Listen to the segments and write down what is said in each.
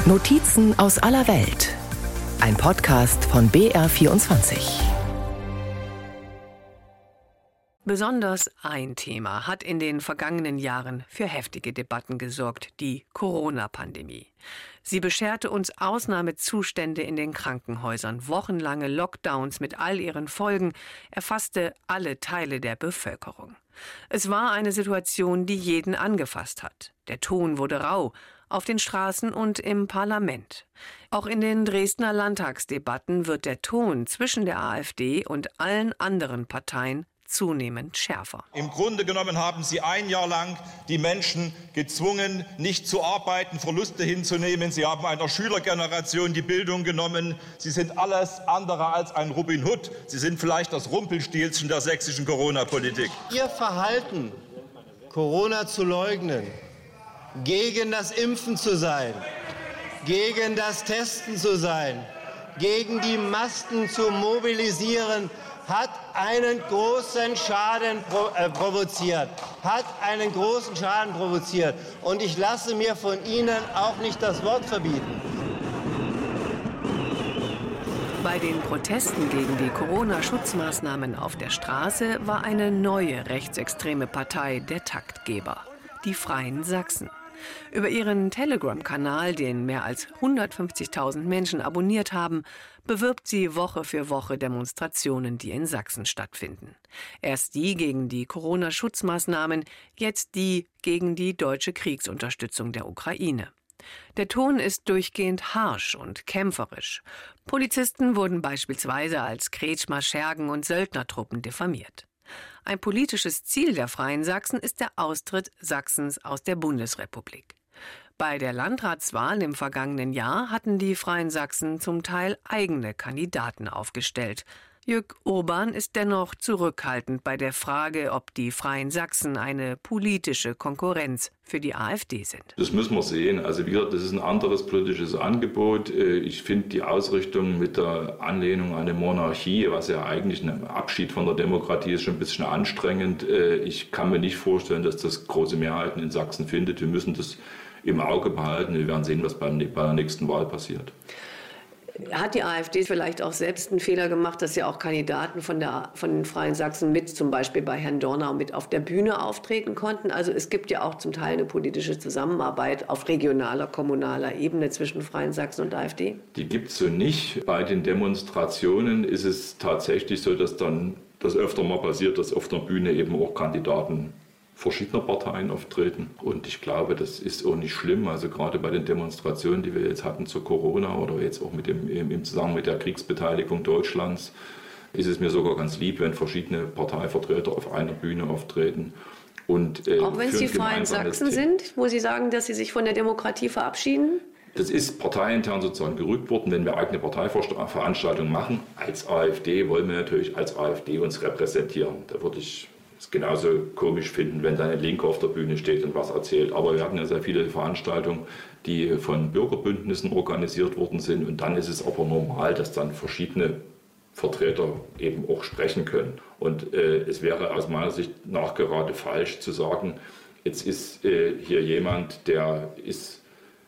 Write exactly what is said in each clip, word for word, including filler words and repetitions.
Notizen aus aller Welt. Ein Podcast von B R vierundzwanzig. Besonders ein Thema hat in den vergangenen Jahren für heftige Debatten gesorgt, die Corona-Pandemie. Sie bescherte uns Ausnahmezustände in den Krankenhäusern, wochenlange Lockdowns mit all ihren Folgen, erfasste alle Teile der Bevölkerung. Es war eine Situation, die jeden angefasst hat. Der Ton wurde rau, auf den Straßen und im Parlament. Auch in den Dresdner Landtagsdebatten wird der Ton zwischen der AfD und allen anderen Parteien zunehmend schärfer. Im Grunde genommen haben Sie ein Jahr lang die Menschen gezwungen, nicht zu arbeiten, Verluste hinzunehmen. Sie haben einer Schülergeneration die Bildung genommen. Sie sind alles andere als ein Robin Hood. Sie sind vielleicht das Rumpelstilzchen der sächsischen Corona-Politik. Ihr Verhalten, Corona zu leugnen, gegen das Impfen zu sein, gegen das Testen zu sein, gegen die Masken zu mobilisieren, hat einen großen Schaden äh, provoziert, hat einen großen Schaden provoziert. Und ich lasse mir von Ihnen auch nicht das Wort verbieten. Bei den Protesten gegen die Corona-Schutzmaßnahmen auf der Straße war eine neue rechtsextreme Partei der Taktgeber, die Freien Sachsen. Über ihren Telegram-Kanal, den mehr als hundertfünfzigtausend Menschen abonniert haben, bewirbt sie Woche für Woche Demonstrationen, die in Sachsen stattfinden. Erst die gegen die Corona-Schutzmaßnahmen, jetzt die gegen die deutsche Kriegsunterstützung der Ukraine. Der Ton ist durchgehend harsch und kämpferisch. Polizisten wurden beispielsweise als Kretschmer, Schergen und Söldnertruppen diffamiert. Ein politisches Ziel der Freien Sachsen ist der Austritt Sachsens aus der Bundesrepublik. Bei der Landratswahl im vergangenen Jahr hatten die Freien Sachsen zum Teil eigene Kandidaten aufgestellt. Jörg Urban ist dennoch zurückhaltend bei der Frage, ob die Freien Sachsen eine politische Konkurrenz für die AfD sind. Das müssen wir sehen. Also wie gesagt, das ist ein anderes politisches Angebot. Ich finde die Ausrichtung mit der Anlehnung an eine Monarchie, was ja eigentlich ein Abschied von der Demokratie ist, schon ein bisschen anstrengend. Ich kann mir nicht vorstellen, dass das große Mehrheiten in Sachsen findet. Wir müssen das im Auge behalten. Wir werden sehen, was bei der nächsten Wahl passiert. Hat die AfD vielleicht auch selbst einen Fehler gemacht, dass ja auch Kandidaten von, der, von den Freien Sachsen mit, zum Beispiel bei Herrn Dornau, mit auf der Bühne auftreten konnten? Also es gibt ja auch zum Teil eine politische Zusammenarbeit auf regionaler, kommunaler Ebene zwischen Freien Sachsen und AfD? Die gibt es so nicht. Bei den Demonstrationen ist es tatsächlich so, dass dann das öfter mal passiert, dass auf der Bühne eben auch Kandidaten verschiedener Parteien auftreten. Und ich glaube, das ist auch nicht schlimm. Also gerade bei den Demonstrationen, die wir jetzt hatten zu Corona oder jetzt auch mit dem, im Zusammenhang mit der Kriegsbeteiligung Deutschlands, ist es mir sogar ganz lieb, wenn verschiedene Parteivertreter auf einer Bühne auftreten. Und, äh, auch wenn es die Freien Sachsen sind, wo Sie sagen, dass Sie sich von der Demokratie verabschieden? Das ist parteiintern sozusagen gerügt worden, wenn wir eigene Parteiveranstaltungen machen. Als AfD wollen wir natürlich als AfD uns repräsentieren. Da würde ich es genauso komisch finden, wenn dann ein Linker auf der Bühne steht und was erzählt. Aber wir hatten ja sehr viele Veranstaltungen, die von Bürgerbündnissen organisiert worden sind. Und dann ist es aber normal, dass dann verschiedene Vertreter eben auch sprechen können. Und äh, es wäre aus meiner Sicht nachgerade falsch zu sagen, jetzt ist äh, hier jemand, der ist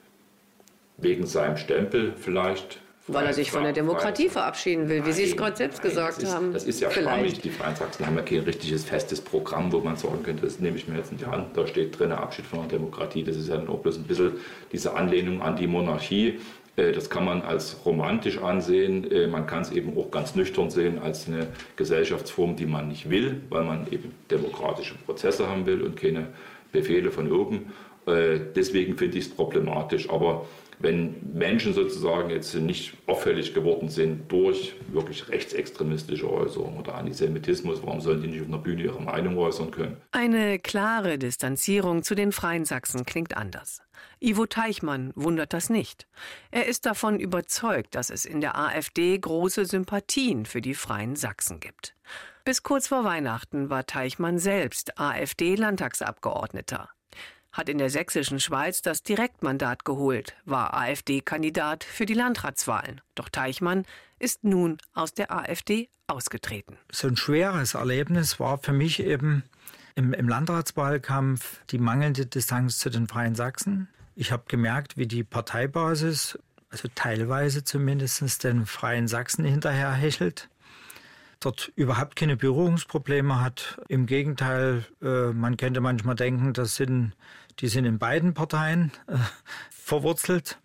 wegen seinem Stempel vielleicht, weil er sich von der Demokratie verabschieden will, wie Sie es gerade selbst gesagt das ist, haben. Das ist ja schwammig. Die Freien Sachsen haben ja kein richtiges festes Programm, wo man sagen könnte, das nehme ich mir jetzt in die Hand, da steht drin Abschied von der Demokratie. Das ist ja dann auch bloß ein bisschen diese Anlehnung an die Monarchie. Das kann man als romantisch ansehen. Man kann es eben auch ganz nüchtern sehen als eine Gesellschaftsform, die man nicht will, weil man eben demokratische Prozesse haben will und keine Befehle von oben. Deswegen finde ich es problematisch. Aber wenn Menschen sozusagen jetzt nicht auffällig geworden sind durch wirklich rechtsextremistische Äußerungen oder Antisemitismus, warum sollen die nicht auf einer Bühne ihre Meinung äußern können? Eine klare Distanzierung zu den Freien Sachsen klingt anders. Ivo Teichmann wundert das nicht. Er ist davon überzeugt, dass es in der AfD große Sympathien für die Freien Sachsen gibt. Bis kurz vor Weihnachten war Teichmann selbst AfD-Landtagsabgeordneter. Hat in der sächsischen Schweiz das Direktmandat geholt, war AfD-Kandidat für die Landratswahlen. Doch Teichmann ist nun aus der AfD ausgetreten. So ein schweres Erlebnis war für mich eben im, im Landratswahlkampf die mangelnde Distanz zu den Freien Sachsen. Ich habe gemerkt, wie die Parteibasis, also teilweise zumindest, den Freien Sachsen hinterherhechelt. Dort überhaupt keine Berührungsprobleme hat. Im Gegenteil, äh, man könnte manchmal denken, das sind, die sind in beiden Parteien äh, verwurzelt.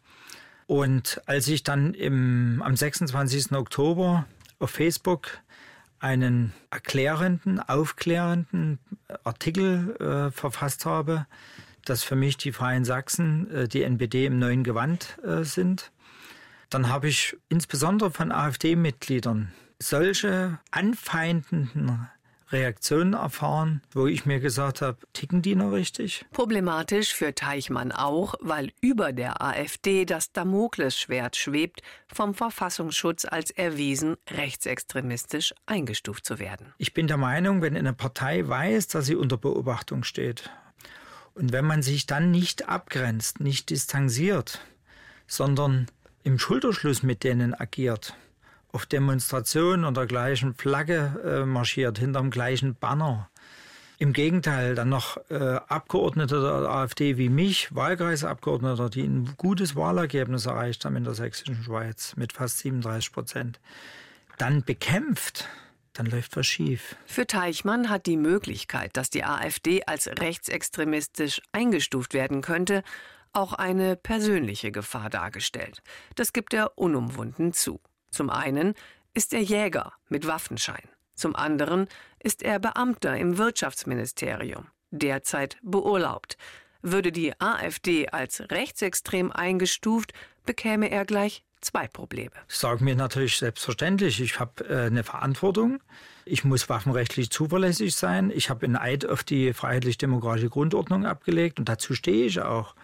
Und als ich dann im, am sechsundzwanzigsten Oktober auf Facebook einen erklärenden, aufklärenden Artikel äh, verfasst habe, dass für mich die Freien Sachsen äh, die N P D im neuen Gewand äh, sind, dann habe ich insbesondere von AfD-Mitgliedern solche anfeindenden Reaktionen erfahren, wo ich mir gesagt habe, ticken die noch richtig? Problematisch für Teichmann auch, weil über der AfD das Damoklesschwert schwebt, vom Verfassungsschutz als erwiesen rechtsextremistisch eingestuft zu werden. Ich bin der Meinung, wenn eine Partei weiß, dass sie unter Beobachtung steht und wenn man sich dann nicht abgrenzt, nicht distanziert, sondern im Schulterschluss mit denen agiert, auf Demonstrationen unter der gleichen Flagge äh, marschiert, hinterm gleichen Banner. Im Gegenteil, dann noch äh, Abgeordnete der AfD wie mich, Wahlkreisabgeordnete, die ein gutes Wahlergebnis erreicht haben in der sächsischen Schweiz mit fast siebenunddreißig Prozent, dann bekämpft, dann läuft was schief. Für Teichmann hat die Möglichkeit, dass die AfD als rechtsextremistisch eingestuft werden könnte, auch eine persönliche Gefahr dargestellt. Das gibt er unumwunden zu. Zum einen ist er Jäger mit Waffenschein. Zum anderen ist er Beamter im Wirtschaftsministerium, derzeit beurlaubt. Würde die AfD als rechtsextrem eingestuft, bekäme er gleich zwei Probleme. Ich sage mir natürlich selbstverständlich, ich habe äh, eine Verantwortung. Ich muss waffenrechtlich zuverlässig sein. Ich habe einen Eid auf die freiheitlich-demokratische Grundordnung abgelegt und dazu stehe ich auch.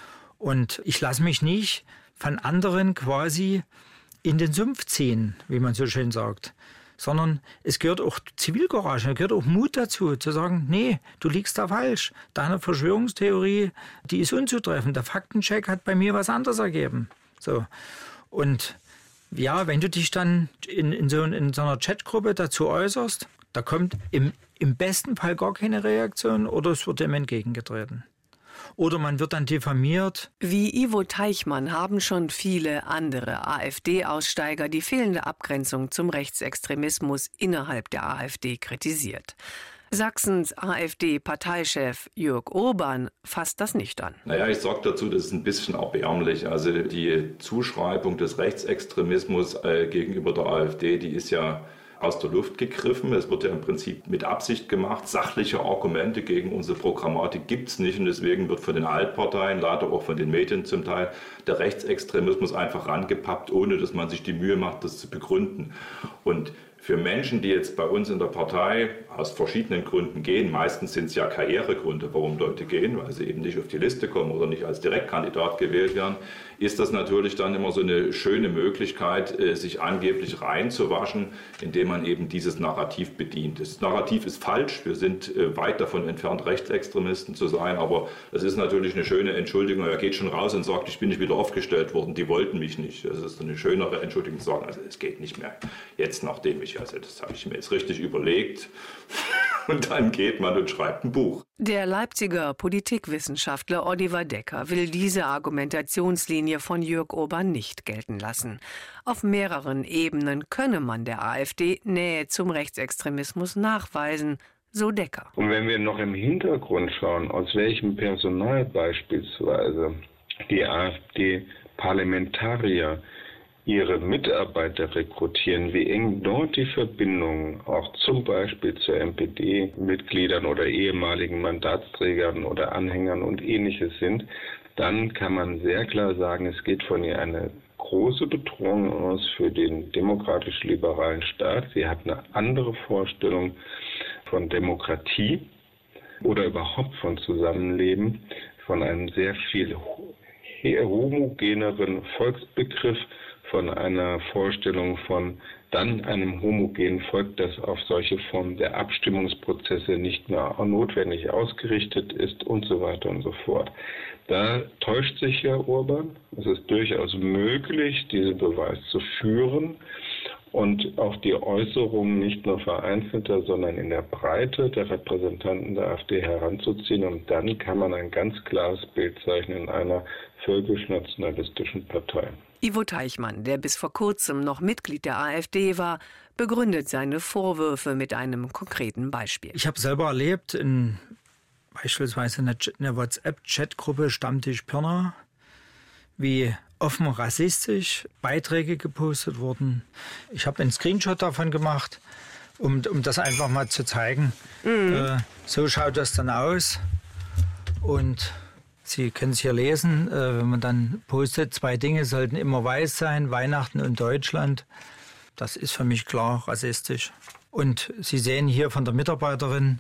Und ich lasse mich nicht von anderen quasi in den Sumpf ziehen, wie man so schön sagt. Sondern es gehört auch Zivilcourage, es gehört auch Mut dazu, zu sagen, nee, du liegst da falsch. Deine Verschwörungstheorie, die ist unzutreffend. Der Faktencheck hat bei mir was anderes ergeben. So. Und ja, wenn du dich dann in, in, so, in so einer Chatgruppe dazu äußerst, da kommt im, im besten Fall gar keine Reaktion oder es wird dem entgegengetreten. Oder man wird dann diffamiert. Wie Ivo Teichmann haben schon viele andere AfD-Aussteiger die fehlende Abgrenzung zum Rechtsextremismus innerhalb der AfD kritisiert. Sachsens AfD-Parteichef Jörg Urban fasst das nicht an. Naja, ich sage dazu, das ist ein bisschen erbärmlich. Also die Zuschreibung des Rechtsextremismus äh, gegenüber der AfD, die ist ja aus der Luft gegriffen. Es wird ja im Prinzip mit Absicht gemacht. Sachliche Argumente gegen unsere Programmatik gibt es nicht und deswegen wird von den Altparteien, leider auch von den Medien zum Teil, der Rechtsextremismus einfach rangepappt, ohne dass man sich die Mühe macht, das zu begründen. Und für Menschen, die jetzt bei uns in der Partei aus verschiedenen Gründen gehen, meistens sind es ja Karrieregründe, warum Leute gehen, weil sie eben nicht auf die Liste kommen oder nicht als Direktkandidat gewählt werden, ist das natürlich dann immer so eine schöne Möglichkeit, sich angeblich reinzuwaschen, indem man eben dieses Narrativ bedient. Das Narrativ ist falsch, wir sind weit davon entfernt, Rechtsextremisten zu sein, aber das ist natürlich eine schöne Entschuldigung. Er geht schon raus und sagt, ich bin nicht wieder aufgestellt worden, die wollten mich nicht. Das ist eine schönere Entschuldigung zu sagen, also es geht nicht mehr. Jetzt, nachdem ich, also das habe ich mir jetzt richtig überlegt. Und dann geht man und schreibt ein Buch. Der Leipziger Politikwissenschaftler Oliver Decker will diese Argumentationslinie von Jörg Urban nicht gelten lassen. Auf mehreren Ebenen könne man der AfD Nähe zum Rechtsextremismus nachweisen, so Decker. Und wenn wir noch im Hintergrund schauen, aus welchem Personal beispielsweise die AfD-Parlamentarier ihre Mitarbeiter rekrutieren, wie eng dort die Verbindungen auch zum Beispiel zu N P D-Mitgliedern oder ehemaligen Mandatsträgern oder Anhängern und Ähnliches sind, dann kann man sehr klar sagen, es geht von ihr eine große Bedrohung aus für den demokratisch-liberalen Staat. Sie hat eine andere Vorstellung von Demokratie oder überhaupt von Zusammenleben, von einem sehr viel homogeneren Volksbegriff, von einer Vorstellung von dann einem homogenen Volk, das auf solche Formen der Abstimmungsprozesse nicht mehr notwendig ausgerichtet ist und so weiter und so fort. Da täuscht sich Herr Urban. Es ist durchaus möglich, diesen Beweis zu führen und auch die Äußerungen nicht nur vereinzelter, sondern in der Breite der Repräsentanten der AfD heranzuziehen. Und dann kann man ein ganz klares Bild zeichnen einer völkisch-nationalistischen Partei. Ivo Teichmann, der bis vor kurzem noch Mitglied der AfD war, begründet seine Vorwürfe mit einem konkreten Beispiel. Ich habe selber erlebt, in beispielsweise einer, einer WhatsApp-Chatgruppe Stammtisch Pirna, wie offen rassistisch Beiträge gepostet wurden. Ich habe einen Screenshot davon gemacht, um, um das einfach mal zu zeigen. Mhm. Äh, so schaut das dann aus. Und Sie können es hier lesen, äh, wenn man dann postet, zwei Dinge sollten immer weiß sein, Weihnachten und Deutschland. Das ist für mich klar rassistisch. Und Sie sehen hier von der Mitarbeiterin,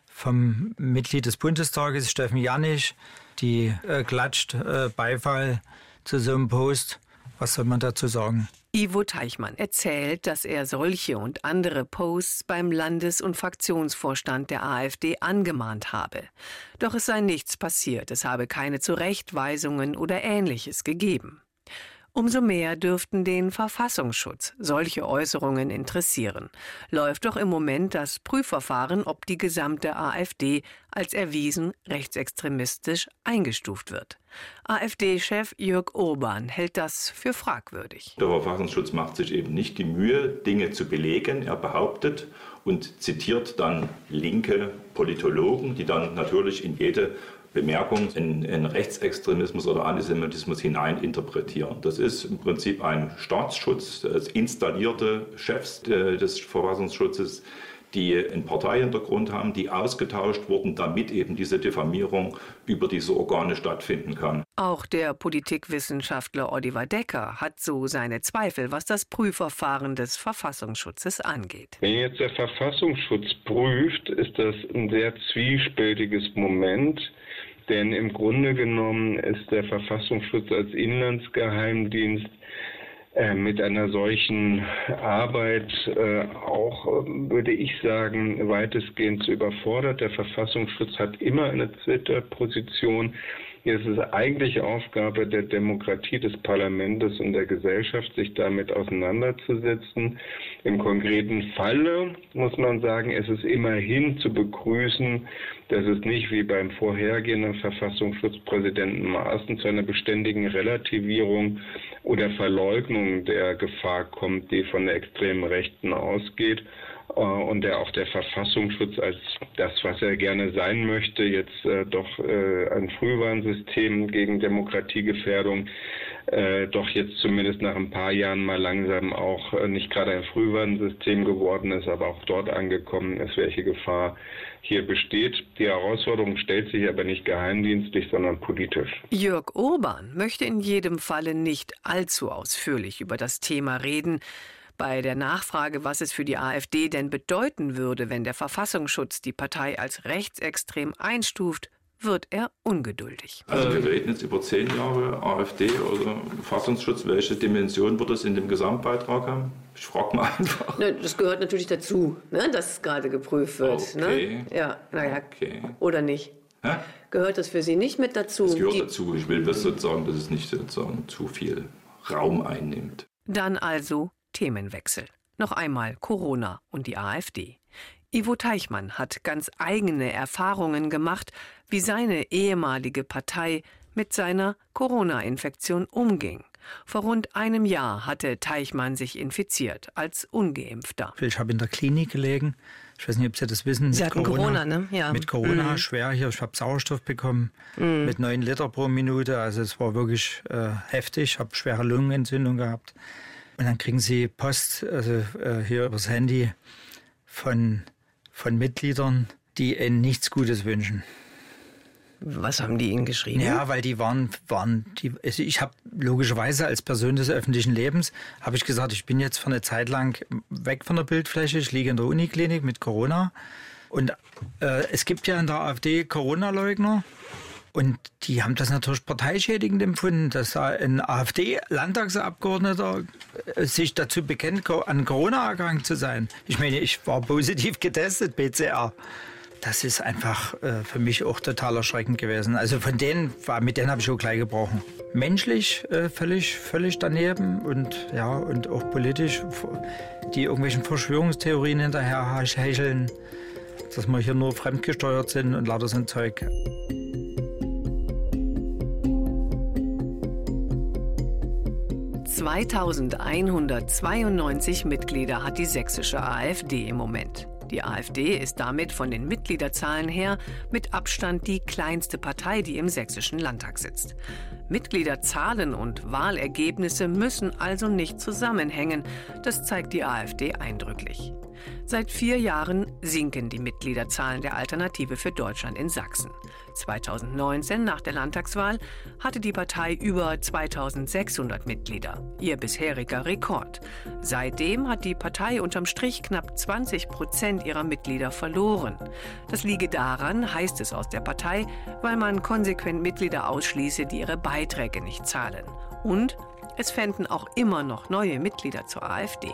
vom Mitglied des Bundestages, Steffen Jannisch, die äh, klatscht äh, Beifall zu so einem Post. Was soll man dazu sagen? Ivo Teichmann erzählt, dass er solche und andere Posts beim Landes- und Fraktionsvorstand der AfD angemahnt habe. Doch es sei nichts passiert, es habe keine Zurechtweisungen oder Ähnliches gegeben. Umso mehr dürften den Verfassungsschutz solche Äußerungen interessieren. Läuft doch im Moment das Prüfverfahren, ob die gesamte AfD als erwiesen rechtsextremistisch eingestuft wird. AfD-Chef Jörg Urban hält das für fragwürdig. Der Verfassungsschutz macht sich eben nicht die Mühe, Dinge zu belegen. Er behauptet und zitiert dann linke Politologen, die dann natürlich in jede Bemerkung in, in Rechtsextremismus oder Antisemitismus hineininterpretieren. Das ist im Prinzip ein Staatsschutz, das installierte Chefs des Verfassungsschutzes, die einen Parteihintergrund haben, die ausgetauscht wurden, damit eben diese Diffamierung über diese Organe stattfinden kann. Auch der Politikwissenschaftler Oliver Decker hat so seine Zweifel, was das Prüfverfahren des Verfassungsschutzes angeht. Wenn jetzt der Verfassungsschutz prüft, ist das ein sehr zwiespältiges Moment. Denn im Grunde genommen ist der Verfassungsschutz als Inlandsgeheimdienst äh, mit einer solchen Arbeit äh, auch, äh, würde ich sagen, weitestgehend überfordert. Der Verfassungsschutz hat immer eine Zwitterposition. Es ist eigentlich Aufgabe der Demokratie, des Parlaments und der Gesellschaft, sich damit auseinanderzusetzen. Im konkreten Falle muss man sagen, es ist immerhin zu begrüßen, dass es nicht wie beim vorhergehenden Verfassungsschutzpräsidenten Maaßen zu einer beständigen Relativierung oder Verleugnung der Gefahr kommt, die von der extremen Rechten ausgeht. Und der auch der Verfassungsschutz als das, was er gerne sein möchte, jetzt äh, doch äh, ein Frühwarnsystem gegen Demokratiegefährdung, äh, doch jetzt zumindest nach ein paar Jahren mal langsam auch äh, nicht gerade ein Frühwarnsystem geworden ist, aber auch dort angekommen ist, welche Gefahr hier besteht. Die Herausforderung stellt sich aber nicht geheimdienstlich, sondern politisch. Jörg Urban möchte in jedem Falle nicht allzu ausführlich über das Thema reden. Bei der Nachfrage, was es für die AfD denn bedeuten würde, wenn der Verfassungsschutz die Partei als rechtsextrem einstuft, wird er ungeduldig. Also wir reden jetzt über zehn Jahre AfD oder Verfassungsschutz. Welche Dimension wird es in dem Gesamtbeitrag haben? Ich frage mal einfach. Das gehört natürlich dazu, ne, dass es gerade geprüft wird. Okay. Ne? Ja, naja, okay. Oder nicht? Hä? Gehört das für Sie nicht mit dazu? Es gehört die dazu. Ich will das sozusagen, dass es nicht sozusagen zu viel Raum einnimmt. Dann also Themenwechsel. Noch einmal Corona und die AfD. Ivo Teichmann hat ganz eigene Erfahrungen gemacht, wie seine ehemalige Partei mit seiner Corona-Infektion umging. Vor rund einem Jahr hatte Teichmann sich infiziert, als Ungeimpfter. Ich habe in der Klinik gelegen. Ich weiß nicht, ob Sie das wissen. Sie hatten Corona, Corona, ne? Ja. Mit Corona, mhm. schwer hier. Ich habe Sauerstoff bekommen mhm. mit neun Liter pro Minute. Also es war wirklich äh, heftig. Ich habe schwere Lungenentzündung gehabt. Und dann kriegen Sie Post, also äh, hier übers Handy, von, von Mitgliedern, die Ihnen nichts Gutes wünschen. Was haben die Ihnen geschrieben? Ja, weil die waren, waren die, also ich habe logischerweise als Person des öffentlichen Lebens, habe ich gesagt, ich bin jetzt für eine Zeit lang weg von der Bildfläche, ich liege in der Uniklinik mit Corona. Und äh, es gibt ja in der AfD Corona-Leugner. Und die haben das natürlich parteischädigend empfunden, dass ein AfD-Landtagsabgeordneter sich dazu bekennt, an Corona erkrankt zu sein. Ich meine, ich war positiv getestet, P C R. Das ist einfach äh, für mich auch total erschreckend gewesen. Also von denen, mit denen habe ich auch gleich gebrochen. Menschlich äh, völlig, völlig daneben und, ja, und auch politisch, die irgendwelchen Verschwörungstheorien hinterher hecheln, dass wir hier nur fremdgesteuert sind und lauter so ein Zeug. zweitausendeinhundertzweiundneunzig Mitglieder hat die sächsische AfD im Moment. Die AfD ist damit von den Mitgliederzahlen her mit Abstand die kleinste Partei, die im sächsischen Landtag sitzt. Mitgliederzahlen und Wahlergebnisse müssen also nicht zusammenhängen. Das zeigt die AfD eindrücklich. Seit vier Jahren sinken die Mitgliederzahlen der Alternative für Deutschland in Sachsen. zweitausendneunzehn, nach der Landtagswahl, hatte die Partei über zweitausendsechshundert Mitglieder, ihr bisheriger Rekord. Seitdem hat die Partei unterm Strich knapp zwanzig Prozent ihrer Mitglieder verloren. Das liege daran, heißt es aus der Partei, weil man konsequent Mitglieder ausschließe, die ihre Beiträge nicht zahlen. Und es fänden auch immer noch neue Mitglieder zur AfD.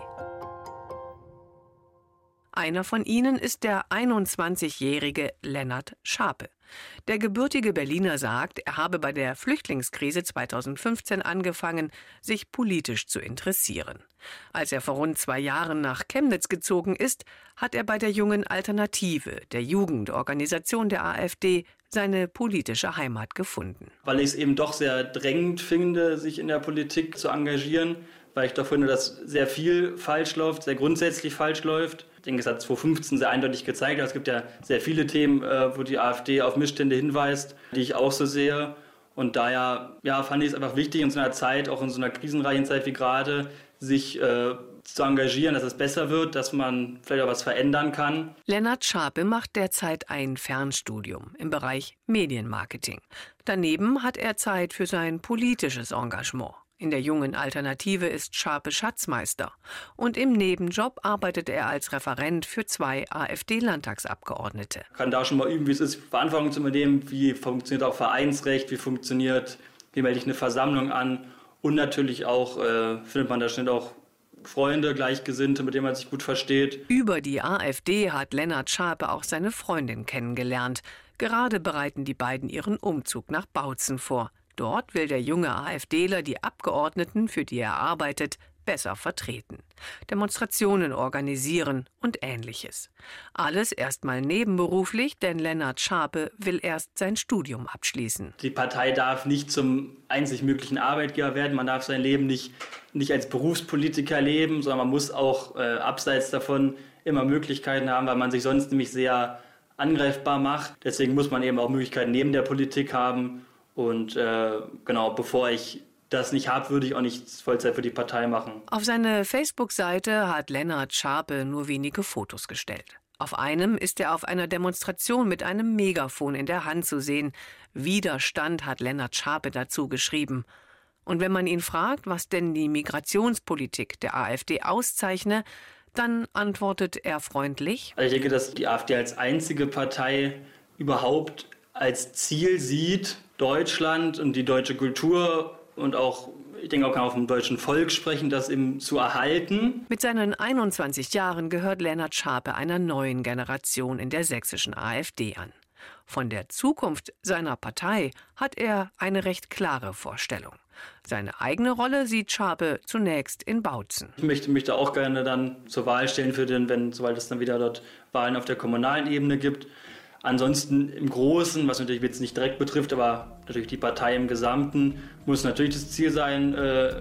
Einer von ihnen ist der einundzwanzigjährige Lennart Schape. Der gebürtige Berliner sagt, er habe bei der Flüchtlingskrise zweitausendfünfzehn angefangen, sich politisch zu interessieren. Als er vor rund zwei Jahren nach Chemnitz gezogen ist, hat er bei der Jungen Alternative, der Jugendorganisation der AfD, seine politische Heimat gefunden. Weil ich es eben doch sehr drängend finde, sich in der Politik zu engagieren, weil ich doch finde, dass sehr viel falsch läuft, sehr grundsätzlich falsch läuft. Ich denke, es hat zweitausendfünfzehn sehr eindeutig gezeigt. Es gibt ja sehr viele Themen, wo die AfD auf Missstände hinweist, die ich auch so sehe. Und daher ja, fand ich es einfach wichtig, in so einer Zeit, auch in so einer krisenreichen Zeit wie gerade, sich äh, zu engagieren, dass es besser wird, dass man vielleicht auch was verändern kann. Lennart Schape macht derzeit ein Fernstudium im Bereich Medienmarketing. Daneben hat er Zeit für sein politisches Engagement. In der Jungen Alternative ist Schape Schatzmeister. Und im Nebenjob arbeitet er als Referent für zwei AfD-Landtagsabgeordnete. Ich kann da schon mal üben, wie es ist, Verantwortung zu übernehmen, wie funktioniert auch Vereinsrecht, wie funktioniert, wie melde ich eine Versammlung an. Und natürlich auch äh, findet man da schnell auch Freunde, Gleichgesinnte, mit denen man sich gut versteht. Über die AfD hat Lennart Schape auch seine Freundin kennengelernt. Gerade bereiten die beiden ihren Umzug nach Bautzen vor. Dort will der junge AfDler die Abgeordneten, für die er arbeitet, besser vertreten. Demonstrationen organisieren und Ähnliches. Alles erstmal nebenberuflich, denn Lennart Schape will erst sein Studium abschließen. Die Partei darf nicht zum einzig möglichen Arbeitgeber werden. Man darf sein Leben nicht, nicht als Berufspolitiker leben, sondern man muss auch äh, abseits davon immer Möglichkeiten haben, weil man sich sonst nämlich sehr angreifbar macht. Deswegen muss man eben auch Möglichkeiten neben der Politik haben. Und äh, genau, bevor ich das nicht habe, würde ich auch nicht Vollzeit für die Partei machen. Auf seine Facebook-Seite hat Lennart Schape nur wenige Fotos gestellt. Auf einem ist er auf einer Demonstration mit einem Megafon in der Hand zu sehen. Widerstand hat Lennart Schape dazu geschrieben. Und wenn man ihn fragt, was denn die Migrationspolitik der AfD auszeichne, dann antwortet er freundlich: Also ich denke, dass die AfD als einzige Partei überhaupt als Ziel sieht, Deutschland und die deutsche Kultur und auch, ich denke, auch kann auf dem deutschen Volk sprechen, das eben zu erhalten. Mit seinen einundzwanzig Jahren gehört Lennart Schape einer neuen Generation in der sächsischen AfD an. Von der Zukunft seiner Partei hat er eine recht klare Vorstellung. Seine eigene Rolle sieht Schape zunächst in Bautzen. Ich möchte mich da auch gerne dann zur Wahl stellen, für den, wenn, sobald es dann wieder dort Wahlen auf der kommunalen Ebene gibt. Ansonsten im Großen, was natürlich jetzt nicht direkt betrifft, aber natürlich die Partei im Gesamten, muss natürlich das Ziel sein,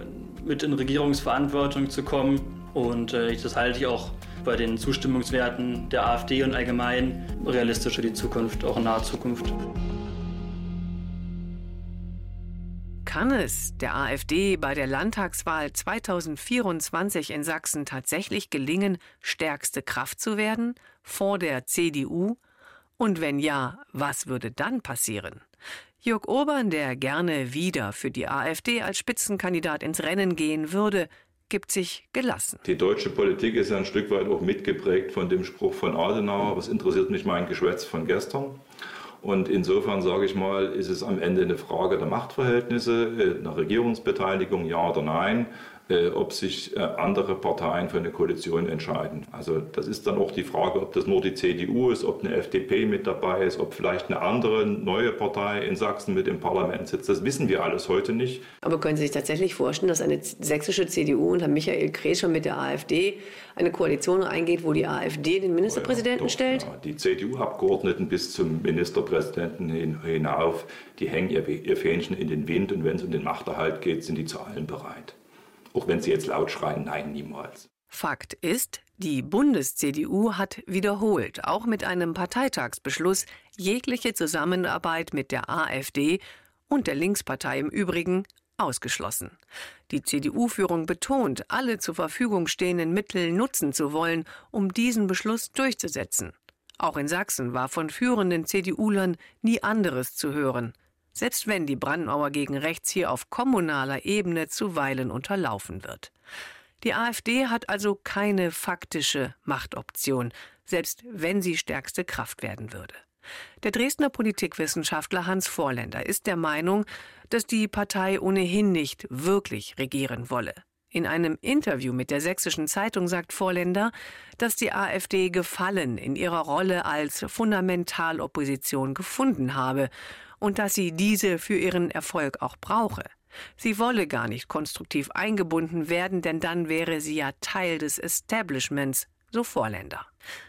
mit in Regierungsverantwortung zu kommen. Und das halte ich auch bei den Zustimmungswerten der AfD und allgemein realistisch für die Zukunft, auch in naher Zukunft. Kann es der AfD bei der Landtagswahl zweitausendvierundzwanzig in Sachsen tatsächlich gelingen, stärkste Kraft zu werden, vor der C D U? Und wenn ja, was würde dann passieren? Jörg Urban, der gerne wieder für die AfD als Spitzenkandidat ins Rennen gehen würde, gibt sich gelassen. Die deutsche Politik ist ja ein Stück weit auch mitgeprägt von dem Spruch von Adenauer: Was interessiert mich mein Geschwätz von gestern? Und insofern, sage ich mal, ist es am Ende eine Frage der Machtverhältnisse, einer Regierungsbeteiligung, ja oder nein, ob sich andere Parteien für eine Koalition entscheiden. Also das ist dann auch die Frage, ob das nur die C D U ist, ob eine F D P mit dabei ist, ob vielleicht eine andere neue Partei in Sachsen mit im Parlament sitzt. Das wissen wir alles heute nicht. Aber können Sie sich tatsächlich vorstellen, dass eine sächsische C D U unter Michael Kretschmer mit der AfD eine Koalition eingeht, wo die AfD den Ministerpräsidenten ja, doch, stellt? Ja. Die C D U-Abgeordneten bis zum Ministerpräsidenten hinauf, die hängen ihr, ihr Fähnchen in den Wind, und wenn es um den Machterhalt geht, sind die zu allem bereit. auch wenn sie jetzt laut schreien, nein, niemals. Fakt ist, die Bundes-C D U hat wiederholt, auch mit einem Parteitagsbeschluss, jegliche Zusammenarbeit mit der AfD und der Linkspartei im Übrigen ausgeschlossen. Die C D U-Führung betont, alle zur Verfügung stehenden Mittel nutzen zu wollen, um diesen Beschluss durchzusetzen. Auch in Sachsen war von führenden CDUlern nie anderes zu hören, selbst wenn die Brandmauer gegen rechts hier auf kommunaler Ebene zuweilen unterlaufen wird. Die AfD hat also keine faktische Machtoption, selbst wenn sie stärkste Kraft werden würde. Der Dresdner Politikwissenschaftler Hans Vorländer ist der Meinung, dass die Partei ohnehin nicht wirklich regieren wolle. In einem Interview mit der Sächsischen Zeitung sagt Vorländer, dass die AfD Gefallen in ihrer Rolle als Fundamentalopposition gefunden habe und dass sie diese für ihren Erfolg auch brauche. Sie wolle gar nicht konstruktiv eingebunden werden, denn dann wäre sie ja Teil des Establishments, so Vorländer.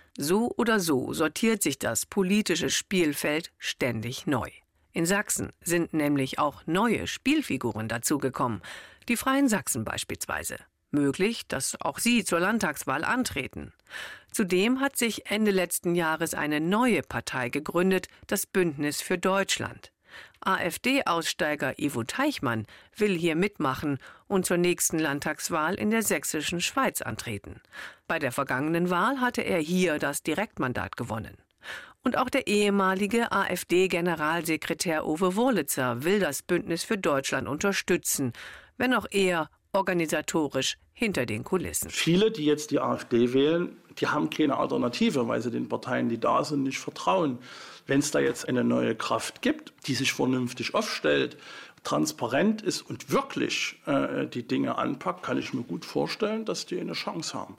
So oder so sortiert sich das politische Spielfeld ständig neu. In Sachsen sind nämlich auch neue Spielfiguren dazugekommen. Die Freien Sachsen beispielsweise. Möglich, dass auch sie zur Landtagswahl antreten. Zudem hat sich Ende letzten Jahres eine neue Partei gegründet, das Bündnis für Deutschland. AfD-Aussteiger Ivo Teichmann will hier mitmachen und zur nächsten Landtagswahl in der sächsischen Schweiz antreten. Bei der vergangenen Wahl hatte er hier das Direktmandat gewonnen. Und auch der ehemalige AfD-Generalsekretär Uwe Wurlitzer will das Bündnis für Deutschland unterstützen, wenn auch er organisatorisch hinter den Kulissen. Viele, die jetzt die AfD wählen, die haben keine Alternative, weil sie den Parteien, die da sind, nicht vertrauen. Wenn es da jetzt eine neue Kraft gibt, die sich vernünftig aufstellt, transparent ist und wirklich äh, die Dinge anpackt, kann ich mir gut vorstellen, dass die eine Chance haben.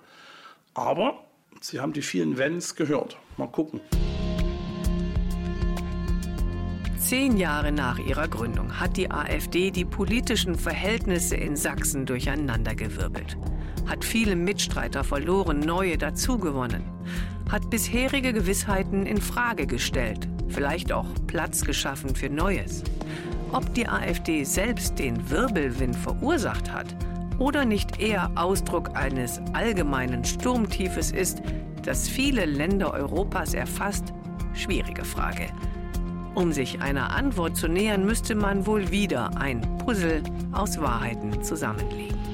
Aber Sie haben die vielen Wenns gehört. Mal gucken. Zehn Jahre nach ihrer Gründung hat die AfD die politischen Verhältnisse in Sachsen durcheinandergewirbelt, hat viele Mitstreiter verloren, neue dazugewonnen, hat bisherige Gewissheiten in Frage gestellt, vielleicht auch Platz geschaffen für Neues. Ob die AfD selbst den Wirbelwind verursacht hat oder nicht eher Ausdruck eines allgemeinen Sturmtiefes ist, das viele Länder Europas erfasst, schwierige Frage. Um sich einer Antwort zu nähern, müsste man wohl wieder ein Puzzle aus Wahrheiten zusammenlegen.